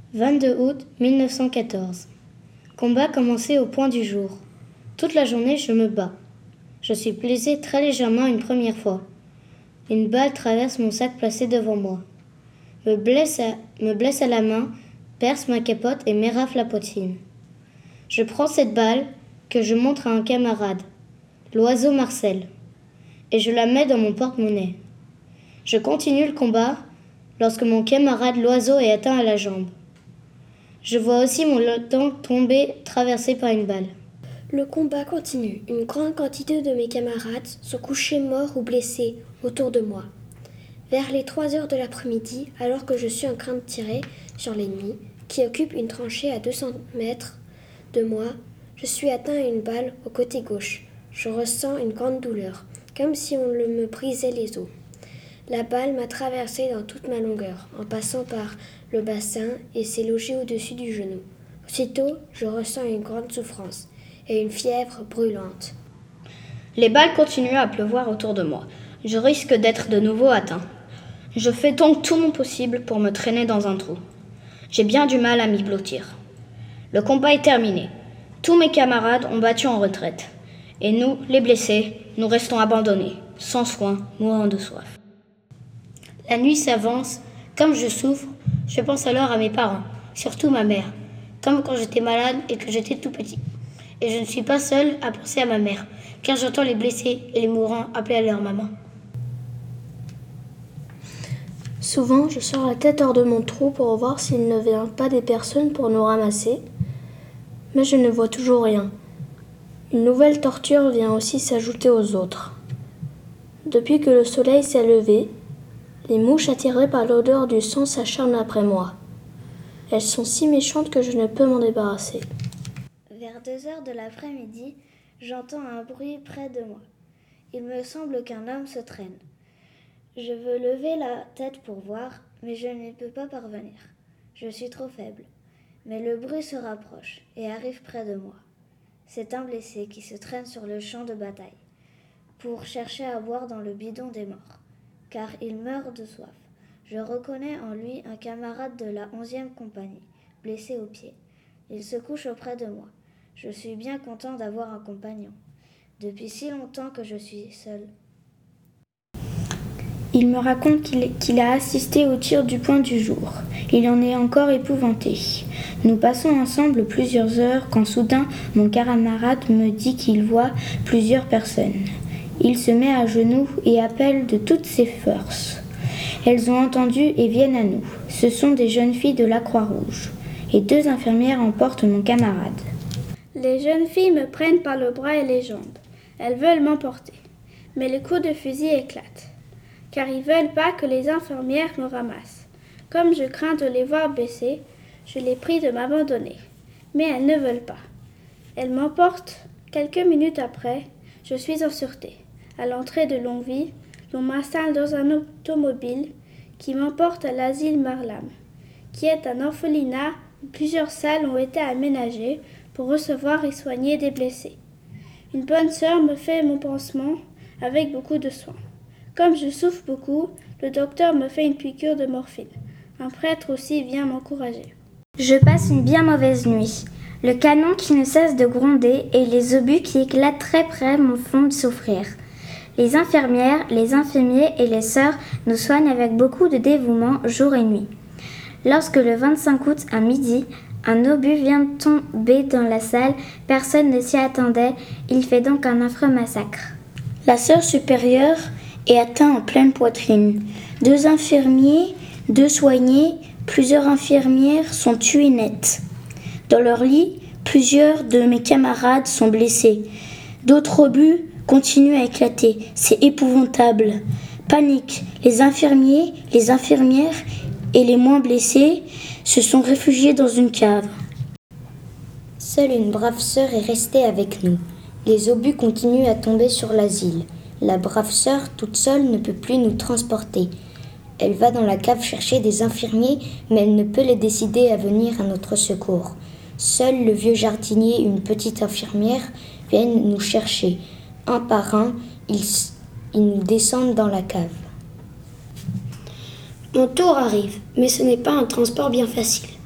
22 août 1914. Combat commencé au point du jour. Toute la journée, je me bats. Je suis blessé très légèrement une première fois. Une balle traverse mon sac placé devant moi. Me blesse à la main, perce ma capote et m'érafle la poitrine. Je prends cette balle que je montre à un camarade, l'oiseau Marcel, et je la mets dans mon porte-monnaie. Je continue le combat lorsque mon camarade l'oiseau est atteint à la jambe. Je vois aussi mon lieutenant tomber traversé par une balle. Le combat continue. Une grande quantité de mes camarades sont couchés morts ou blessés autour de moi. Vers les 3 heures de l'après-midi, alors que je suis en train de tirer sur l'ennemi, qui occupe une tranchée à 200 mètres de moi, je suis atteint à une balle au côté gauche. Je ressens une grande douleur, comme si on me brisait les os. La balle m'a traversé dans toute ma longueur, en passant par le bassin et s'est logée au-dessus du genou. Aussitôt, je ressens une grande souffrance et une fièvre brûlante. Les balles continuent à pleuvoir autour de moi. Je risque d'être de nouveau atteint. Je fais donc tout mon possible pour me traîner dans un trou. J'ai bien du mal à m'y blottir. Le combat est terminé. Tous mes camarades ont battu en retraite. Et nous, les blessés, nous restons abandonnés, sans soin, mourant de soif. La nuit s'avance. Comme je souffre, je pense alors à mes parents, surtout ma mère, comme quand j'étais malade et que j'étais tout petit. Et je ne suis pas seule à penser à ma mère, car j'entends les blessés et les mourants appeler à leur maman. Souvent, je sors la tête hors de mon trou pour voir s'il ne vient pas des personnes pour nous ramasser, mais je ne vois toujours rien. Une nouvelle torture vient aussi s'ajouter aux autres. Depuis que le soleil s'est levé, les mouches attirées par l'odeur du sang s'acharnent après moi. Elles sont si méchantes que je ne peux m'en débarrasser. Vers 2 heures de l'après-midi, j'entends un bruit près de moi. Il me semble qu'un homme se traîne. Je veux lever la tête pour voir, mais je ne peux pas parvenir. Je suis trop faible. Mais le bruit se rapproche et arrive près de moi. C'est un blessé qui se traîne sur le champ de bataille pour chercher à boire dans le bidon des morts, car il meurt de soif. Je reconnais en lui un camarade de la 11e compagnie, blessé au pied. Il se couche auprès de moi. Je suis bien content d'avoir un compagnon. Depuis si longtemps que je suis seul. Il me raconte qu'il a assisté au tir du point du jour. Il en est encore épouvanté. Nous passons ensemble plusieurs heures quand soudain mon camarade me dit qu'il voit plusieurs personnes. Il se met à genoux et appelle de toutes ses forces. Elles ont entendu et viennent à nous. Ce sont des jeunes filles de la Croix-Rouge. Et 2 infirmières emportent mon camarade. Les jeunes filles me prennent par le bras et les jambes. Elles veulent m'emporter. Mais les coups de fusil éclatent, car ils ne veulent pas que les infirmières me ramassent. Comme je crains de les voir baisser, je les prie de m'abandonner. Mais elles ne veulent pas. Elles m'emportent. Quelques minutes après, je suis en sûreté. À l'entrée de Longwy, l'on m'installe dans un automobile qui m'emporte à l'asile Marlam, qui est un orphelinat où plusieurs salles ont été aménagées pour recevoir et soigner des blessés. Une bonne sœur me fait mon pansement avec beaucoup de soin. Comme je souffre beaucoup, le docteur me fait une piqûre de morphine. Un prêtre aussi vient m'encourager. Je passe une bien mauvaise nuit. Le canon qui ne cesse de gronder et les obus qui éclatent très près me font souffrir. Les infirmières, les infirmiers et les sœurs nous soignent avec beaucoup de dévouement jour et nuit. Lorsque le 25 août à midi, un obus vient de tomber dans la salle, personne ne s'y attendait, il fait donc un affreux massacre. La sœur supérieure est atteinte en pleine poitrine. 2 infirmiers, 2 soignés, plusieurs infirmières sont tuées net. Dans leur lit, plusieurs de mes camarades sont blessés. D'autres obus continuent à éclater. C'est épouvantable. Panique. Les infirmiers, les infirmières et les moins blessés se sont réfugiés dans une cave. Seule une brave sœur est restée avec nous. Les obus continuent à tomber sur l'asile. La brave sœur, toute seule, ne peut plus nous transporter. Elle va dans la cave chercher des infirmiers, mais elle ne peut les décider à venir à notre secours. Seul le vieux jardinier et une petite infirmière viennent nous chercher. Un par un, ils nous descendent dans la cave. Mon tour arrive, mais ce n'est pas un transport bien facile.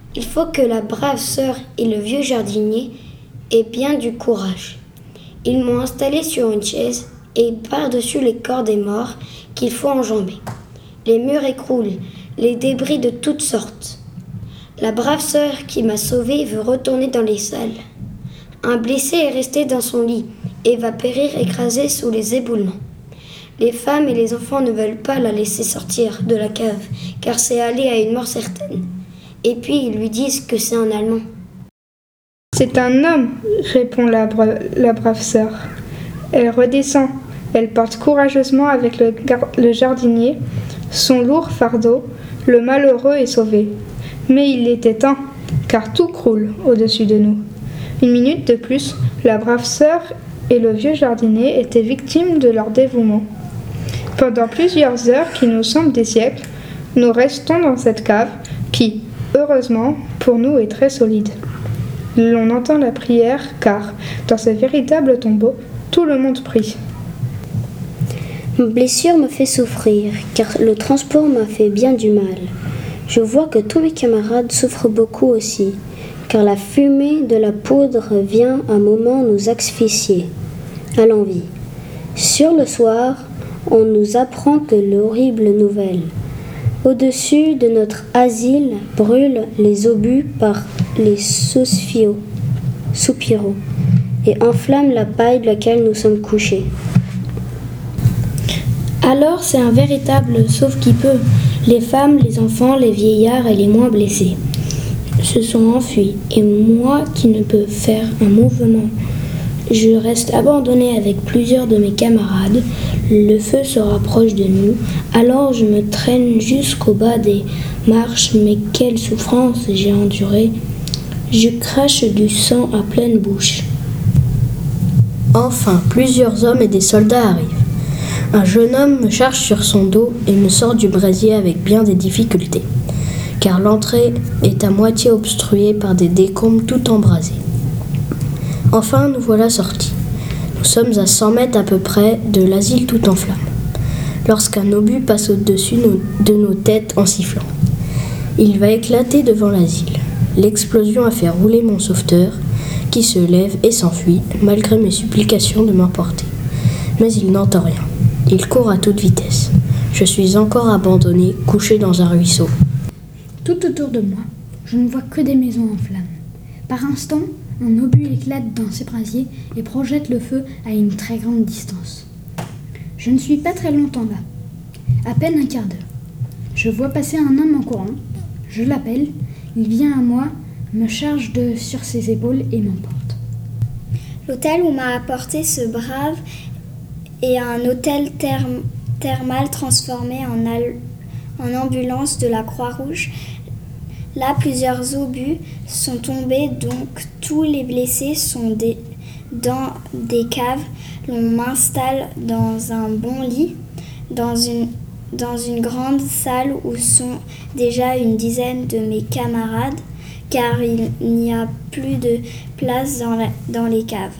Il faut que la brave sœur et le vieux jardinier aient bien du courage. Ils m'ont installé sur une chaise et par-dessus les corps des morts qu'il faut enjamber. Les murs écroulent, les débris de toutes sortes. La brave sœur qui m'a sauvée veut retourner dans les salles. Un blessé est resté dans son lit et va périr écrasé sous les éboulements. Les femmes et les enfants ne veulent pas la laisser sortir de la cave, car c'est aller à une mort certaine. Et puis ils lui disent que c'est un Allemand. C'est un homme, répond la brave sœur. Elle redescend. Elle porte courageusement avec le jardinier son lourd fardeau. Le malheureux est sauvé. Mais il était temps, car tout croule au-dessus de nous. Une minute de plus, la brave sœur et le vieux jardinier étaient victimes de leur dévouement. Pendant plusieurs heures qui nous semblent des siècles, nous restons dans cette cave qui, heureusement, pour nous est très solide. L'on entend la prière car, dans ce véritable tombeau, tout le monde prie. Ma blessure me fait souffrir car le transport m'a fait bien du mal. Je vois que tous mes camarades souffrent beaucoup aussi, car la fumée de la poudre vient un moment nous asphyxier à l'envi. Sur le soir, on nous apprend que l'horrible nouvelle. Au-dessus de notre asile brûlent les obus par les soupiraux et enflamment la paille de laquelle nous sommes couchés. Alors c'est un véritable sauve-qui-peut. Les femmes, les enfants, les vieillards et les moins blessés se sont enfuis, et moi qui ne peux faire un mouvement, je reste abandonné avec plusieurs de mes camarades. Le feu se rapproche de nous, alors je me traîne jusqu'au bas des marches, mais quelle souffrance j'ai endurée. Je crache du sang à pleine bouche. Enfin, plusieurs hommes et des soldats arrivent. Un jeune homme me charge sur son dos et me sort du brasier avec bien des difficultés, car l'entrée est à moitié obstruée par des décombres tout embrasés. Enfin, nous voilà sortis. Nous sommes à 100 mètres à peu près de l'asile tout en flammes, lorsqu'un obus passe au-dessus de nos têtes en sifflant. Il va éclater devant l'asile. L'explosion a fait rouler mon sauveteur, qui se lève et s'enfuit, malgré mes supplications de m'emporter. Mais il n'entend rien. Il court à toute vitesse. Je suis encore abandonné, couché dans un ruisseau. Tout autour de moi, je ne vois que des maisons en flammes. Par instant, un obus éclate dans ses brasiers et projette le feu à une très grande distance. Je ne suis pas très longtemps là, à peine un quart d'heure. Je vois passer un homme en courant. Je l'appelle, il vient à moi, me charge sur ses épaules et m'emporte. L'hôtel où m'a apporté ce brave est un hôtel thermal transformé en ambulance de la Croix-Rouge. Là, plusieurs obus sont tombés, donc tous les blessés sont dans des caves. L'on m'installe dans un bon lit, dans une grande salle où sont déjà une dizaine de mes camarades, car il n'y a plus de place dans les caves.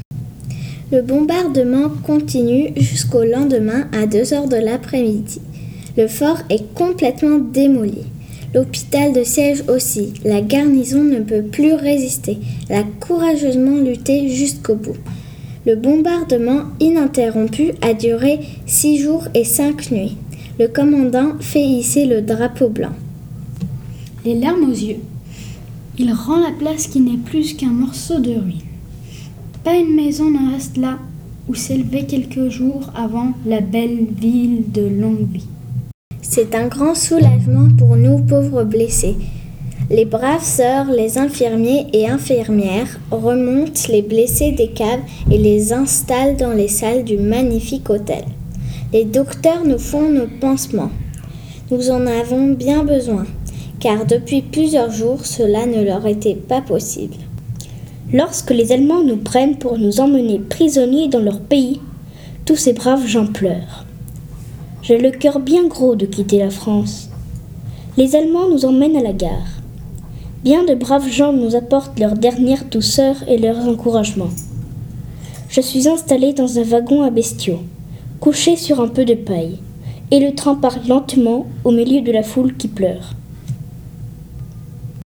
Le bombardement continue jusqu'au lendemain à 2h de l'après-midi. Le fort est complètement démoli. L'hôpital de siège aussi. La garnison ne peut plus résister. Elle a courageusement lutté jusqu'au bout. Le bombardement ininterrompu a duré 6 jours et 5 nuits. Le commandant fait hisser le drapeau blanc. Les larmes aux yeux, il rend la place qui n'est plus qu'un morceau de ruine. Pas une maison ne reste là où s'élevait quelques jours avant la belle ville de Longueville. C'est un grand soulagement pour nous pauvres blessés. Les braves sœurs, les infirmiers et infirmières remontent les blessés des caves et les installent dans les salles du magnifique hôtel. Les docteurs nous font nos pansements. Nous en avons bien besoin, car depuis plusieurs jours, cela ne leur était pas possible. Lorsque les Allemands nous prennent pour nous emmener prisonniers dans leur pays, tous ces braves gens pleurent. J'ai le cœur bien gros de quitter la France. Les Allemands nous emmènent à la gare. Bien de braves gens nous apportent leur dernière douceur et leurs encouragements. Je suis installé dans un wagon à bestiaux, couché sur un peu de paille, et le train part lentement au milieu de la foule qui pleure.